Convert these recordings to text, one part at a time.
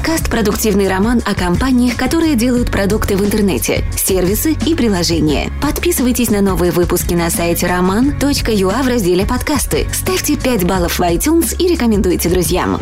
Подкаст «Продуктивный роман» о компаниях, которые делают продукты в интернете, сервисы и приложения. Подписывайтесь на новые выпуски на сайте roman.ua в разделе «Подкасты». Ставьте 5 баллов в iTunes и рекомендуйте друзьям.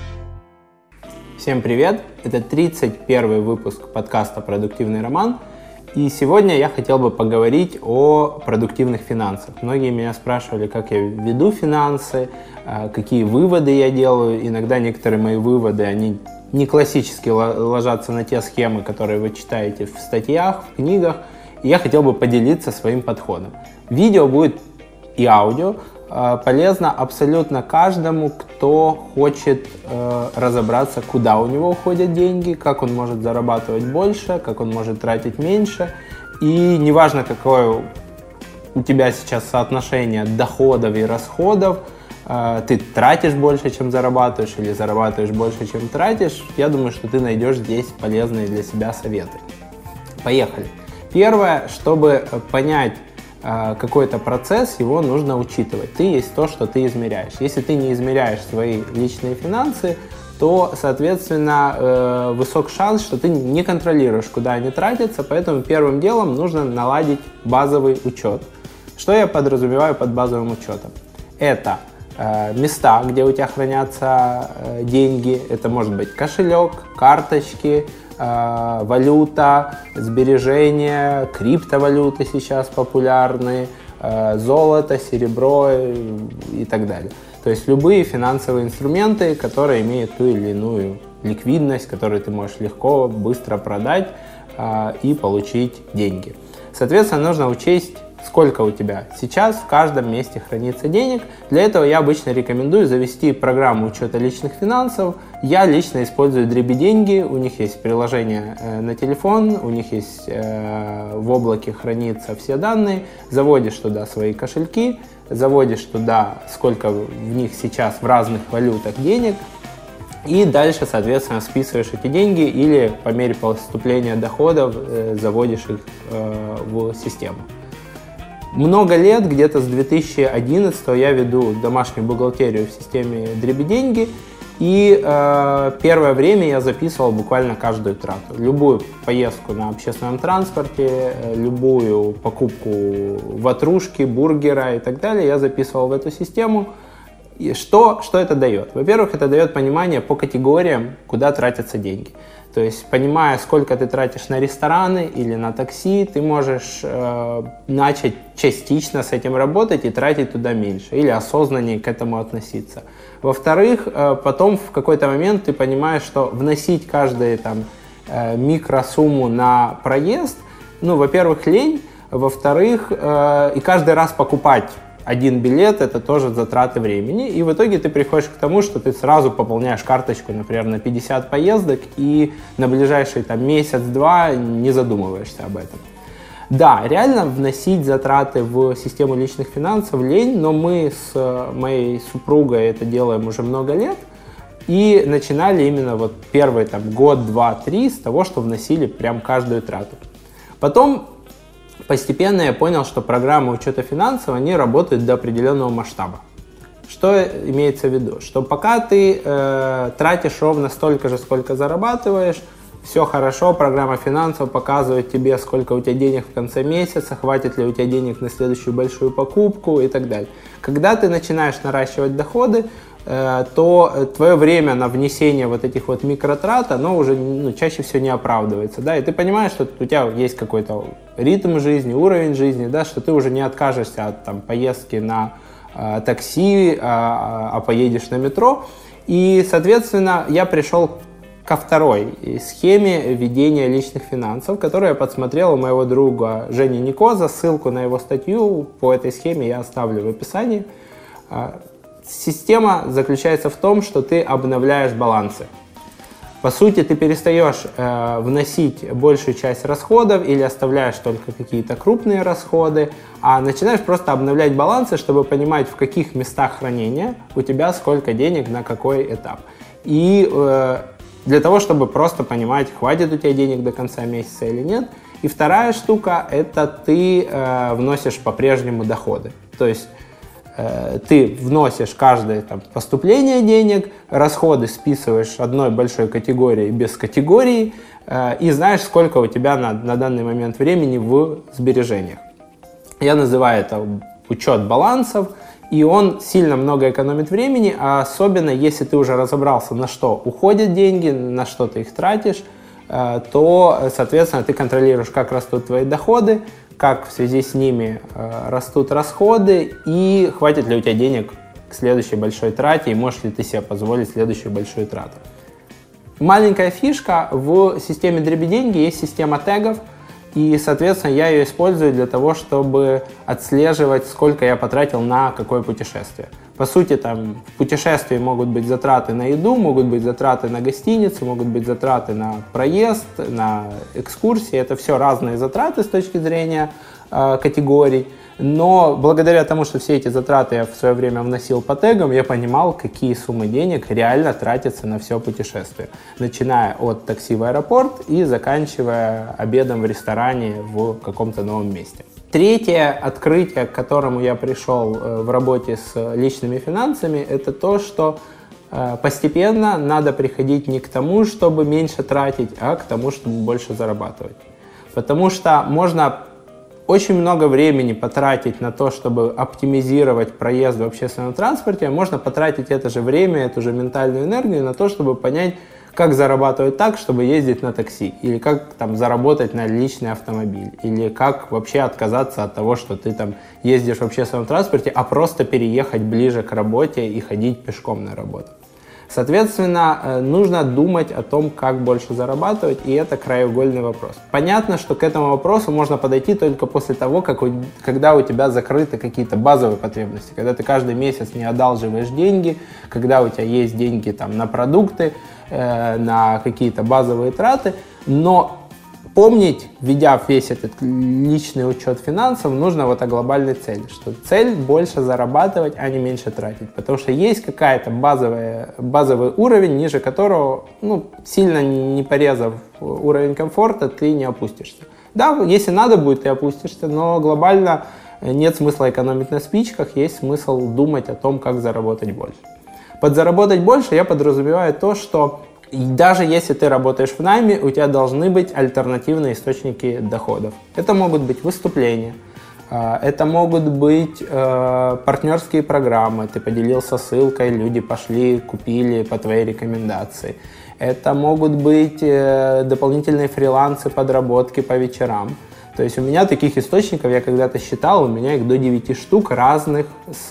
Всем привет! Это 31 выпуск подкаста «Продуктивный роман». И сегодня я хотел бы поговорить о продуктивных финансах. Многие меня спрашивали, как я веду финансы, какие выводы я делаю. Иногда некоторые мои выводы, они не классически ложатся на те схемы, которые вы читаете в статьях, в книгах. И я хотел бы поделиться своим подходом. Видео будет и аудио. Полезно абсолютно каждому, кто хочет разобраться, куда у него уходят деньги, как он может зарабатывать больше, как он может тратить меньше. И неважно, какое у тебя сейчас соотношение доходов и расходов, ты тратишь больше, чем зарабатываешь, или зарабатываешь больше, чем тратишь, я думаю, что ты найдешь здесь полезные для себя советы. Поехали. Первое, чтобы понять какой-то процесс, его нужно учитывать. Ты есть то, что ты измеряешь. Если ты не измеряешь свои личные финансы, то, соответственно, высок шанс, что ты не контролируешь, куда они тратятся, поэтому первым делом нужно наладить базовый учет. Что я подразумеваю под базовым учетом? Это места, где у тебя хранятся деньги, это может быть кошелек, карточки, валюта, сбережения, криптовалюты сейчас популярны, золото, серебро и так далее. То есть любые финансовые инструменты, которые имеют ту или иную ликвидность, которую ты можешь легко, быстро продать и получить деньги. Соответственно, нужно учесть, сколько у тебя сейчас в каждом месте хранится денег. Для этого я обычно рекомендую завести программу учета личных финансов. Я лично использую Дребеденьги. У них есть приложение на телефон, у них есть в облаке хранятся все данные. Заводишь туда свои кошельки, заводишь туда, сколько в них сейчас в разных валютах денег. И дальше, соответственно, списываешь эти деньги или по мере поступления доходов заводишь их в систему. Много лет, где-то с 2011 я веду домашнюю бухгалтерию в системе Дребеденьги. И первое время я записывал буквально каждую трату. Любую поездку на общественном транспорте, любую покупку ватрушки, бургера и так далее я записывал в эту систему. И что это дает? Во-первых, это дает понимание по категориям, куда тратятся деньги. То есть, понимая, сколько ты тратишь на рестораны или на такси, ты можешь начать частично с этим работать и тратить туда меньше, или осознаннее к этому относиться. Во-вторых, потом в какой-то момент ты понимаешь, что вносить каждую микросумму на проезд, во-первых, лень, во-вторых, и каждый раз покупать один билет — это тоже затраты времени, и в итоге ты приходишь к тому, что ты сразу пополняешь карточку, например, на 50 поездок, и на ближайший месяц-два не задумываешься об этом. Да, реально вносить затраты в систему личных финансов лень, но мы с моей супругой это делаем уже много лет, и начинали именно первый год, два, три с того, что вносили прям каждую трату. Потом постепенно я понял, что программы учета финансов, они работают до определенного масштаба. Что имеется в виду? Что пока ты тратишь ровно столько же, сколько зарабатываешь, все хорошо, программа финансов показывает тебе, сколько у тебя денег в конце месяца, хватит ли у тебя денег на следующую большую покупку и так далее. Когда ты начинаешь наращивать доходы, то твое время на внесение этих микротрат, оно уже чаще всего не оправдывается, да, и ты понимаешь, что у тебя есть какой-то ритм жизни, уровень жизни, да, что ты уже не откажешься от поездки на такси, а поедешь на метро, и, соответственно, я пришел ко второй схеме ведения личных финансов, которую я подсмотрел у моего друга Жени Никоза. Ссылку на его статью по этой схеме я оставлю в описании. Система заключается в том, что ты обновляешь балансы. По сути, ты перестаешь вносить большую часть расходов или оставляешь только какие-то крупные расходы, а начинаешь просто обновлять балансы, чтобы понимать, в каких местах хранения у тебя сколько денег на какой этап. И для того, чтобы просто понимать, хватит у тебя денег до конца месяца или нет. И вторая штука – это ты вносишь по-прежнему доходы. То есть Ты вносишь каждое там поступление денег, расходы списываешь одной большой категорией без категории и знаешь, сколько у тебя на данный момент времени в сбережениях. Я называю это учет балансов, и он сильно много экономит времени, а особенно если ты уже разобрался, на что уходят деньги, на что ты их тратишь, то, соответственно, ты контролируешь, как растут твои доходы, как в связи с ними растут расходы и хватит ли у тебя денег к следующей большой трате и можешь ли ты себе позволить следующую большую трату. Маленькая фишка: в системе дребеденьги есть система тегов, и, соответственно, я ее использую для того, чтобы отслеживать, сколько я потратил на какое путешествие. По сути, там в путешествии могут быть затраты на еду, могут быть затраты на гостиницу, могут быть затраты на проезд, на экскурсии. Это все разные затраты с точки зрения категорий. Но благодаря тому, что все эти затраты я в свое время вносил по тегам, я понимал, какие суммы денег реально тратятся на все путешествие. Начиная от такси в аэропорт и заканчивая обедом в ресторане в каком-то новом месте. Третье открытие, к которому я пришел в работе с личными финансами, это то, что постепенно надо приходить не к тому, чтобы меньше тратить, а к тому, чтобы больше зарабатывать. Потому что можно очень много времени потратить на то, чтобы оптимизировать проезд в общественном транспорте, а можно потратить это же время, эту же ментальную энергию на то, чтобы понять, как зарабатывать так, чтобы ездить на такси, или как там заработать на личный автомобиль, или как вообще отказаться от того, что ты там ездишь в общественном транспорте, а просто переехать ближе к работе и ходить пешком на работу. Соответственно, нужно думать о том, как больше зарабатывать, и это краеугольный вопрос. Понятно, что к этому вопросу можно подойти только после того, когда у тебя закрыты какие-то базовые потребности, когда ты каждый месяц не одалживаешь деньги, когда у тебя есть деньги там, на продукты, на какие-то базовые траты, но помнить, ведя весь этот личный учет финансов, нужно вот о глобальной цели, что цель больше зарабатывать, а не меньше тратить, потому что есть какая-то базовый уровень, ниже которого, сильно не порезав уровень комфорта, ты не опустишься. Да, если надо будет, ты опустишься, но глобально нет смысла экономить на спичках, есть смысл думать о том, как заработать больше. Под заработать больше я подразумеваю то, что даже если ты работаешь в найме, у тебя должны быть альтернативные источники доходов. Это могут быть выступления, это могут быть партнерские программы, ты поделился ссылкой, люди пошли, купили по твоей рекомендации. Это могут быть дополнительные фрилансы, подработки по вечерам. То есть у меня таких источников, я когда-то считал, у меня их до 9 штук разных.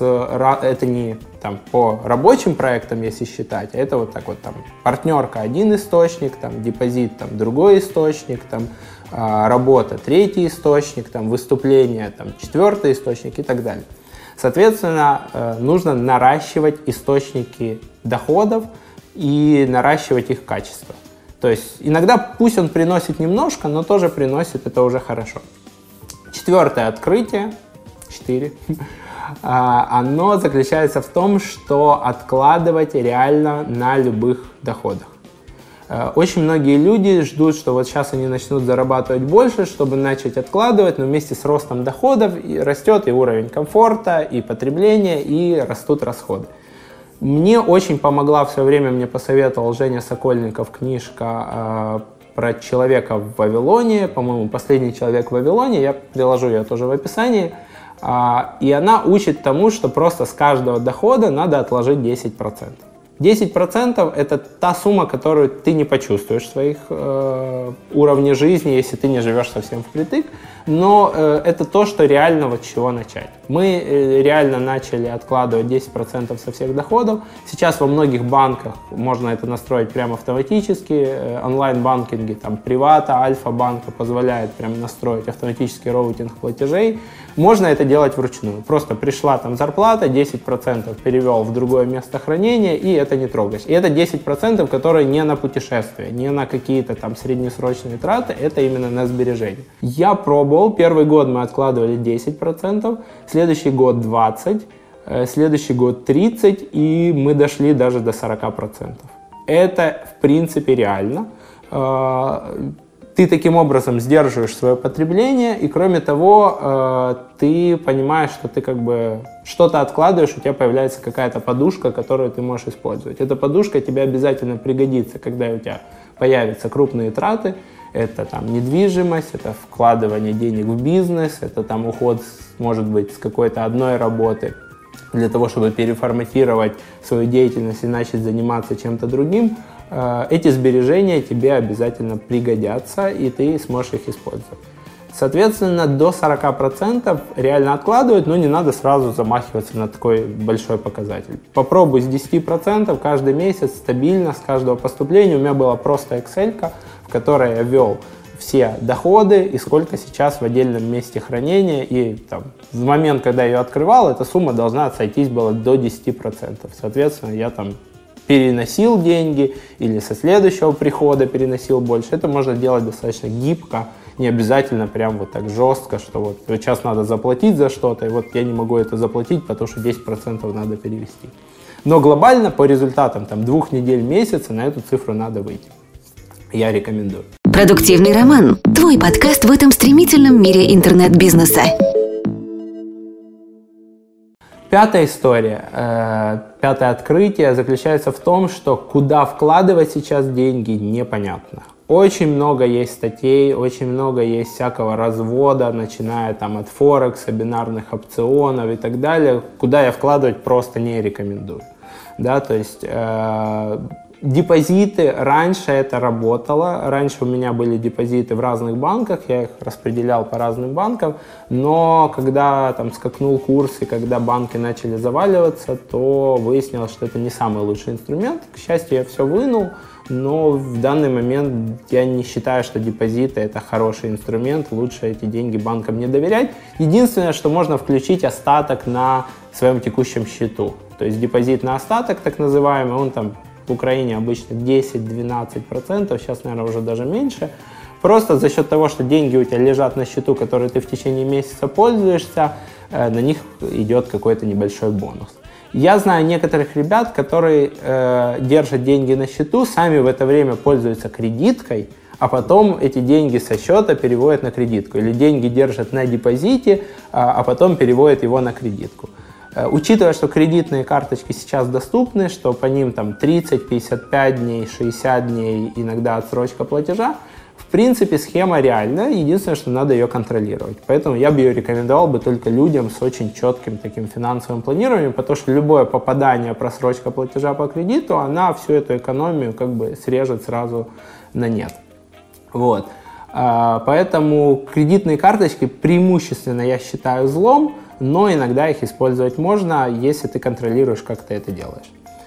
Это не там, по рабочим проектам, если считать, а это вот так вот там партнерка один источник, там, депозит там, другой источник, там, работа третий источник, там, выступление там, четвертый источник и так далее. Соответственно, нужно наращивать источники доходов и наращивать их качество. То есть иногда пусть он приносит немножко, но тоже приносит, это уже хорошо. Четвертое открытие, 4, оно заключается в том, что откладывать реально на любых доходах. Очень многие люди ждут, что вот сейчас они начнут зарабатывать больше, чтобы начать откладывать, но вместе с ростом доходов растет и уровень комфорта, и потребления, и растут расходы. Мне очень помогла в свое время, мне посоветовал Женя Сокольников книжка про человека в Вавилоне, по-моему, «Последний человек в Вавилоне», я приложу ее тоже в описании, и она учит тому, что просто с каждого дохода надо отложить 10%. 10% это та сумма, которую ты не почувствуешь в своих уровнях жизни, если ты не живешь совсем впритык, но это то, что реально вот с чего начать. Мы реально начали откладывать 10% со всех доходов. Сейчас во многих банках можно это настроить прямо автоматически. Онлайн-банкинги, там, Привата, Альфа-банка позволяет прям настроить автоматический роутинг платежей. Можно это делать вручную. Просто пришла там зарплата, 10% перевел в другое место хранения, и это не трогаешь. И это 10%, которые не на путешествия, не на какие-то там среднесрочные траты, это именно на сбережения. Я пробовал, первый год мы откладывали 10%, следующий год 20%, следующий год 30%, и мы дошли даже до 40%. Это в принципе реально. Ты таким образом сдерживаешь свое потребление, и кроме того, ты понимаешь, что ты как бы что-то откладываешь, у тебя появляется какая-то подушка, которую ты можешь использовать. Эта подушка тебе обязательно пригодится, когда у тебя появятся крупные траты. Это там недвижимость, это вкладывание денег в бизнес, это там уход, может быть, с какой-то одной работы для того, чтобы переформатировать свою деятельность и начать заниматься чем-то другим. Эти сбережения тебе обязательно пригодятся, и ты сможешь их использовать. Соответственно, до 40% реально откладывать, но не надо сразу замахиваться на такой большой показатель. Попробуй с 10% каждый месяц стабильно, с каждого поступления. У меня была просто Excel-ка, в которой я ввел все доходы и сколько сейчас в отдельном месте хранения. И там, в момент, когда я ее открывал, эта сумма должна сойтись была до 10%. Соответственно, я там переносил деньги или со следующего прихода переносил больше. Это можно делать достаточно гибко, не обязательно прям вот так жестко, что вот сейчас надо заплатить за что-то, и вот я не могу это заплатить, потому что 10% надо перевести. Но глобально по результатам там 2 недель, месяца на эту цифру надо выйти. Я рекомендую. Продуктивный роман. Твой подкаст в этом стремительном мире интернет-бизнеса. Пятая история, пятое открытие заключается в том, что куда вкладывать сейчас деньги непонятно. Очень много есть статей, очень много есть всякого развода, начиная там от Форекса, бинарных опционов и так далее, куда я вкладывать просто не рекомендую. Да, то есть депозиты, раньше это работало, раньше у меня были депозиты в разных банках, я их распределял по разным банкам, но когда там скакнул курс и когда банки начали заваливаться, то выяснилось, что это не самый лучший инструмент. К счастью, я все вынул, но в данный момент я не считаю, что депозиты это хороший инструмент, лучше эти деньги банкам не доверять. Единственное, что можно включить остаток на своем текущем счету, то есть депозит на остаток, так называемый, он там в Украине обычно 10-12%, сейчас, наверное, уже даже меньше. Просто за счет того, что деньги у тебя лежат на счету, который ты в течение месяца пользуешься, на них идет какой-то небольшой бонус. Я знаю некоторых ребят, которые держат деньги на счету, сами в это время пользуются кредиткой, а потом эти деньги со счета переводят на кредитку. Или деньги держат на депозите, а потом переводят его на кредитку. Учитывая, что кредитные карточки сейчас доступны, что по ним там 30, 55 дней, 60 дней, иногда отсрочка платежа, в принципе схема реальна, единственное, что надо ее контролировать. Поэтому я бы ее рекомендовал бы только людям с очень четким таким финансовым планированием, потому что любое попадание, просрочка платежа по кредиту, она всю эту экономию как бы срежет сразу на нет. Вот. Поэтому кредитные карточки преимущественно я считаю злом, но иногда их использовать можно, если ты контролируешь, как ты это делаешь.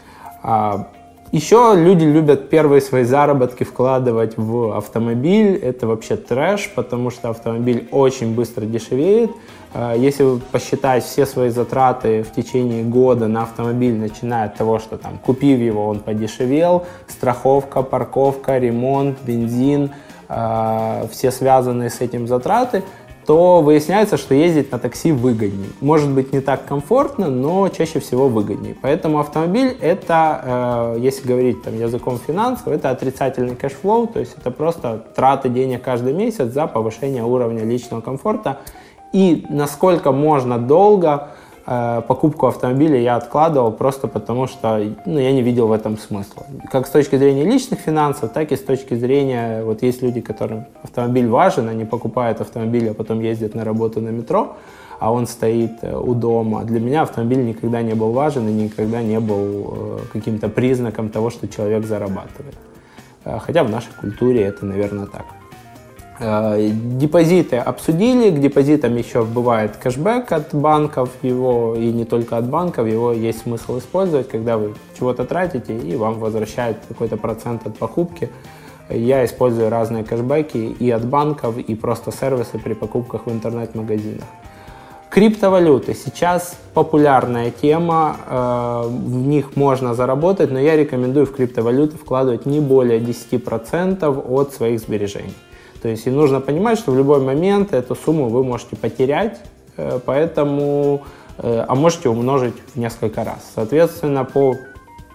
Еще люди любят первые свои заработки вкладывать в автомобиль. Это вообще трэш, потому что автомобиль очень быстро дешевеет. Если вы посчитаете все свои затраты в течение года на автомобиль, начиная от того, что там, купив его, он подешевел, страховка, парковка, ремонт, бензин, все связанные с этим затраты, то выясняется, что ездить на такси выгоднее. Может быть, не так комфортно, но чаще всего выгоднее. Поэтому автомобиль – это, если говорить там, языком финансов, это отрицательный кэшфлоу, то есть это просто траты денег каждый месяц за повышение уровня личного комфорта. И насколько можно долго покупку автомобиля я откладывал просто потому, что я не видел в этом смысла. Как с точки зрения личных финансов, так и с точки зрения, вот есть люди, которым автомобиль важен, они покупают автомобиль, а потом ездят на работу на метро, а он стоит у дома. Для меня автомобиль никогда не был важен и никогда не был каким-то признаком того, что человек зарабатывает. Хотя в нашей культуре это, наверное, так. Депозиты обсудили, к депозитам еще бывает кэшбэк от банков, его и не только от банков, его есть смысл использовать, когда вы чего-то тратите и вам возвращают какой-то процент от покупки. Я использую разные кэшбэки и от банков, и просто сервисы при покупках в интернет-магазинах. Криптовалюты сейчас популярная тема, в них можно заработать, но я рекомендую в криптовалюты вкладывать не более 10% от своих сбережений. То есть и нужно понимать, что в любой момент эту сумму вы можете потерять, поэтому, а можете умножить в несколько раз. Соответственно, по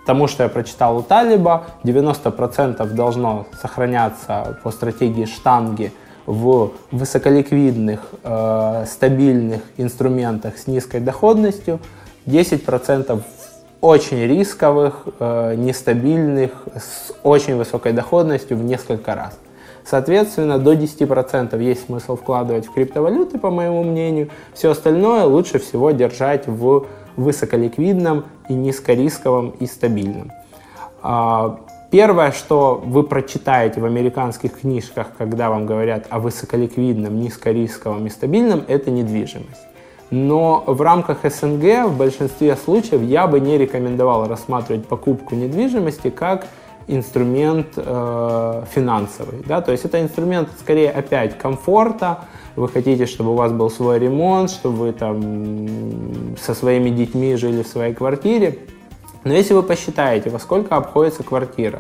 тому, что я прочитал у Талиба, 90% должно сохраняться по стратегии штанги в высоколиквидных, стабильных инструментах с низкой доходностью, 10% очень рисковых, нестабильных, с очень высокой доходностью в несколько раз. Соответственно, до 10% есть смысл вкладывать в криптовалюты, по моему мнению. Все остальное лучше всего держать в высоколиквидном и низкорисковом и стабильном. Первое, что вы прочитаете в американских книжках, когда вам говорят о высоколиквидном, низкорисковом и стабильном, это недвижимость. Но в рамках СНГ в большинстве случаев я бы не рекомендовал рассматривать покупку недвижимости как инструмент финансовый. Да? То есть это инструмент скорее опять комфорта. Вы хотите, чтобы у вас был свой ремонт, чтобы вы там со своими детьми жили в своей квартире. Но если вы посчитаете, во сколько обходится квартира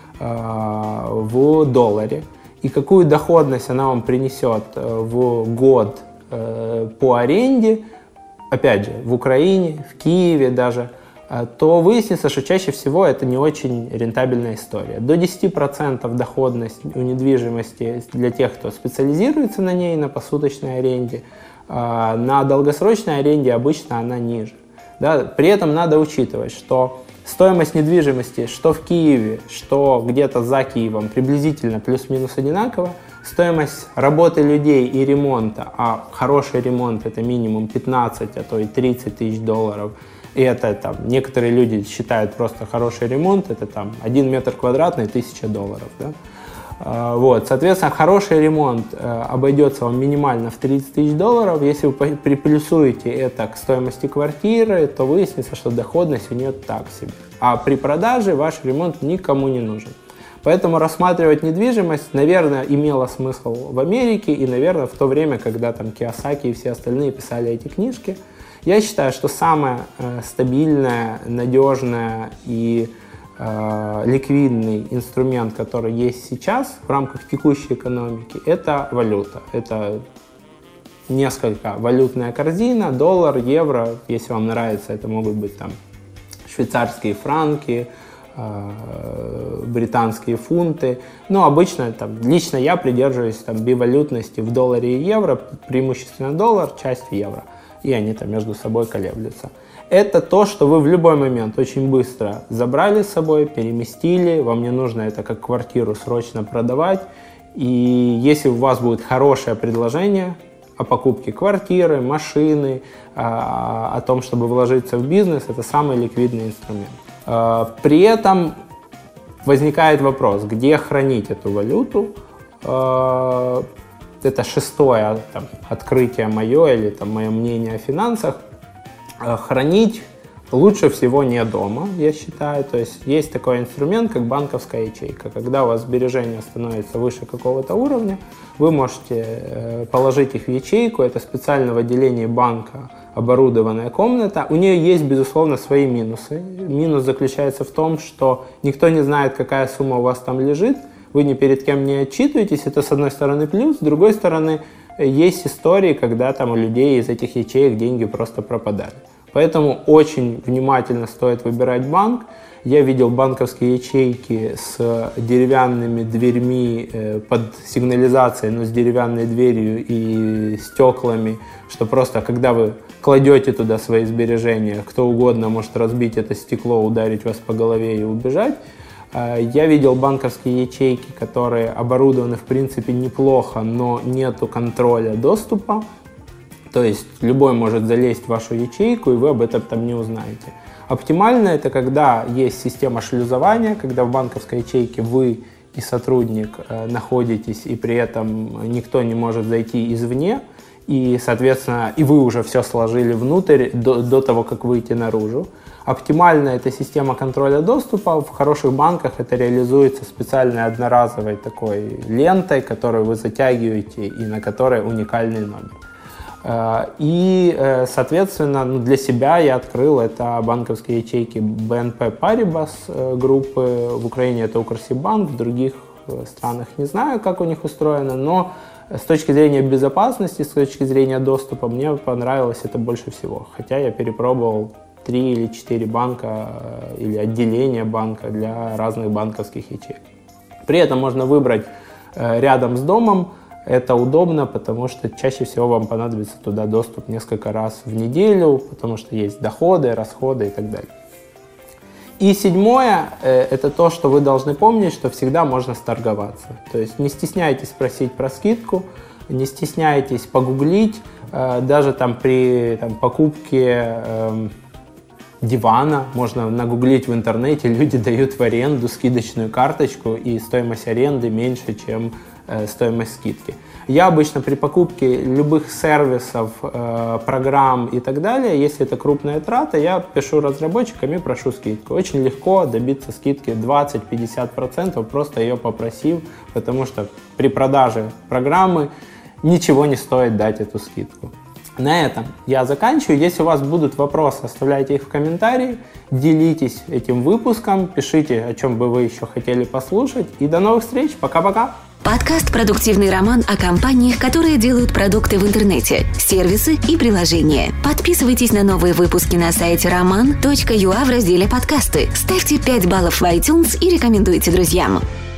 в долларе и какую доходность она вам принесет в год по аренде, опять же, в Украине, в Киеве даже, то выяснится, что чаще всего это не очень рентабельная история. До 10% доходность у недвижимости для тех, кто специализируется на ней, на посуточной аренде. На долгосрочной аренде обычно она ниже. Да? При этом надо учитывать, что стоимость недвижимости что в Киеве, что где-то за Киевом приблизительно плюс-минус одинаково. Стоимость работы людей и ремонта, а хороший ремонт это минимум 15, а то и 30 тысяч долларов. И это там, некоторые люди считают просто хороший ремонт, это там 1 метр квадратный, 1000 долларов. Да? Вот, соответственно, хороший ремонт обойдется вам минимально в 30 тысяч долларов. Если вы приплюсуете это к стоимости квартиры, то выяснится, что доходность у нее так себе. А при продаже ваш ремонт никому не нужен. Поэтому рассматривать недвижимость, наверное, имело смысл в Америке и, наверное, в то время, когда там Кийосаки и все остальные писали эти книжки. Я считаю, что самое стабильное, надежное и ликвидный инструмент, который есть сейчас в рамках текущей экономики, это валюта. Это несколько валютная корзина, доллар, евро, если вам нравится, это могут быть там швейцарские франки, британские фунты. Но обычно, там, лично я придерживаюсь там, бивалютности в долларе и евро, преимущественно доллар, часть евро. И они там между собой колеблются. Это то, что вы в любой момент очень быстро забрали с собой, переместили, вам не нужно это как квартиру срочно продавать. И если у вас будет хорошее предложение о покупке квартиры, машины, о том, чтобы вложиться в бизнес, это самый ликвидный инструмент. При этом возникает вопрос, где хранить эту валюту. Это шестое там, открытие мое или там, мое мнение о финансах. Хранить лучше всего не дома, я считаю. То есть есть такой инструмент, как банковская ячейка. Когда у вас сбережения становятся выше какого-то уровня, вы можете положить их в ячейку. Это специально в отделении банка оборудованная комната. У нее есть, безусловно, свои минусы. Минус заключается в том, что никто не знает, какая сумма у вас там лежит. Вы ни перед кем не отчитываетесь. Это, с одной стороны, плюс. С другой стороны, есть истории, когда там у людей из этих ячеек деньги просто пропадали. Поэтому очень внимательно стоит выбирать банк. Я видел банковские ячейки с деревянными дверьми под сигнализацией, но с деревянной дверью и стеклами, что просто когда вы кладете туда свои сбережения, кто угодно может разбить это стекло, ударить вас по голове и убежать. Я видел банковские ячейки, которые оборудованы в принципе неплохо, но нету контроля доступа. То есть любой может залезть в вашу ячейку, и вы об этом там не узнаете. Оптимально это когда есть система шлюзования, когда в банковской ячейке вы и сотрудник находитесь, и при этом никто не может зайти извне, и, соответственно, и вы уже все сложили внутрь до того, как выйти наружу. Оптимально это система контроля доступа. В хороших банках это реализуется специальной одноразовой такой лентой, которую вы затягиваете и на которой уникальный номер. И, соответственно, для себя я открыл это банковские ячейки BNP Paribas группы. В Украине это Укрсибанк, в других странах не знаю, как у них устроено, но с точки зрения безопасности, с точки зрения доступа, мне понравилось это больше всего. Хотя я перепробовал 3 или 4 банка или отделения банка для разных банковских ячеек. При этом можно выбрать рядом с домом. Это удобно, потому что чаще всего вам понадобится туда доступ несколько раз в неделю, потому что есть доходы, расходы и так далее. И седьмое, это то, что вы должны помнить, что всегда можно сторговаться. То есть не стесняйтесь спросить про скидку, не стесняйтесь погуглить, даже при покупке дивана можно нагуглить в интернете, люди дают в аренду скидочную карточку, и стоимость аренды меньше, чем стоимость скидки. Я обычно при покупке любых сервисов, программ и так далее, если это крупная трата, я пишу разработчикам и прошу скидку. Очень легко добиться скидки 20-50%, просто ее попросив, потому что при продаже программы ничего не стоит дать эту скидку. На этом я заканчиваю. Если у вас будут вопросы, оставляйте их в комментарии, делитесь этим выпуском, пишите, о чем бы вы еще хотели послушать. И до новых встреч. Пока-пока. Подкаст «Продуктивный роман» о компаниях, которые делают продукты в интернете, сервисы и приложения. Подписывайтесь на новые выпуски на сайте roman.ua в разделе «Подкасты». Ставьте 5 баллов в iTunes и рекомендуйте друзьям.